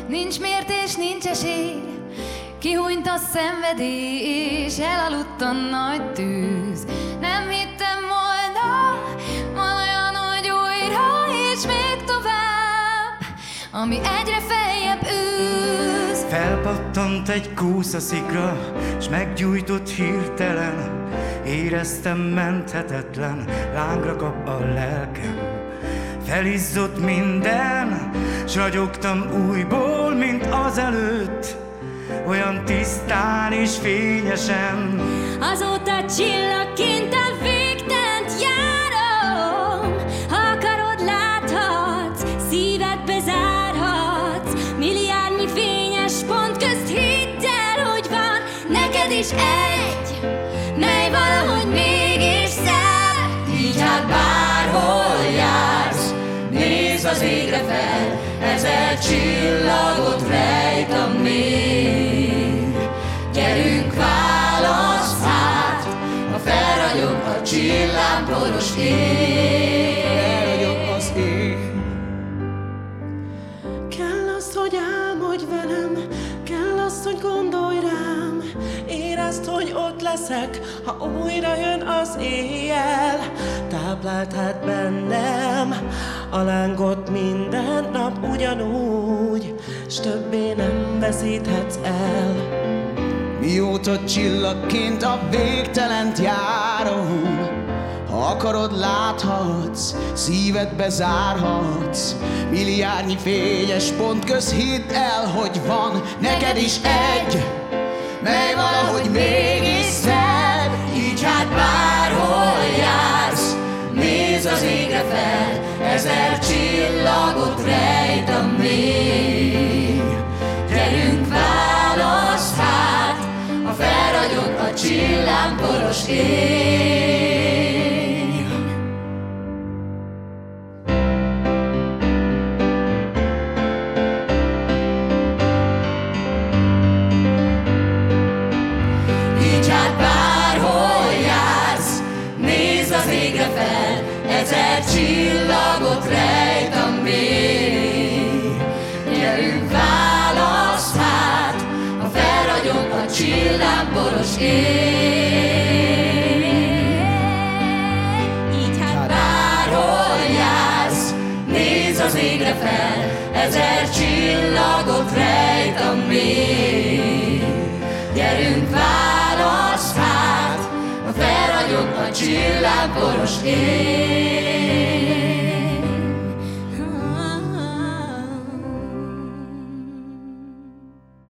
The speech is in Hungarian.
Nincs mértés, nincs esély, kihúnyt a szenvedély, és elaludt a nagy tűz. Nem hittem volna, van olyan, hogy újra, és még tovább, ami egyre feljebb űz. Felpattant egy kúszaszikra, s meggyújtott hirtelen. Éreztem menthetetlen, lángra kap a lelkem. Felizzott minden, s ragyogtam újból, mint azelőtt, olyan tisztán és fényesen. Azóta csillagként a végtelent járom. Ha akarod, láthatsz, szívedbe zárhatsz. Milliárdnyi fényes pont közt hidd el, hogy van neked is egy, mely valahogy mégis szebb. Így hát bárhol jársz, nézz az égre fel, 1000 csillagot rejt a mér. Gyerünk, válaszd hát, ha felragyog a csillámporos ég. Felragyog az ég. Kell az, hogy álmodj velem, kell az, hogy gondolj rám. Érezd, hogy ott leszek, ha újra jön az éjjel. Tápláld hát bennem a lángot minden nap ugyanúgy, s többé nem veszíthetsz el. Mióta csillagként a végtelent járom, ha akarod, láthatsz, szívedbe zárhatsz. Milliárdnyi fényes pont köz hidd el, hogy van neked is egy, mely valahogy mégis szebb. Így hát bárhol jársz, nézz az égre fel, 1000 csillagot rejt a mér. Gyerünk, válaszd hát, ha felragyog a csillámporos ég. Így hát bárhol jársz, nézz az égre fel, 1000 csillagot rejt a mér. Gyerünk, válaszd hát, ha felragyog a csillámporos ég. Így hát bárhol jársz, nézz az égre fel, 1000 csillagot rejt a mér. Gyerünk, válaszd hát, ha felragyog a csillámporos ég.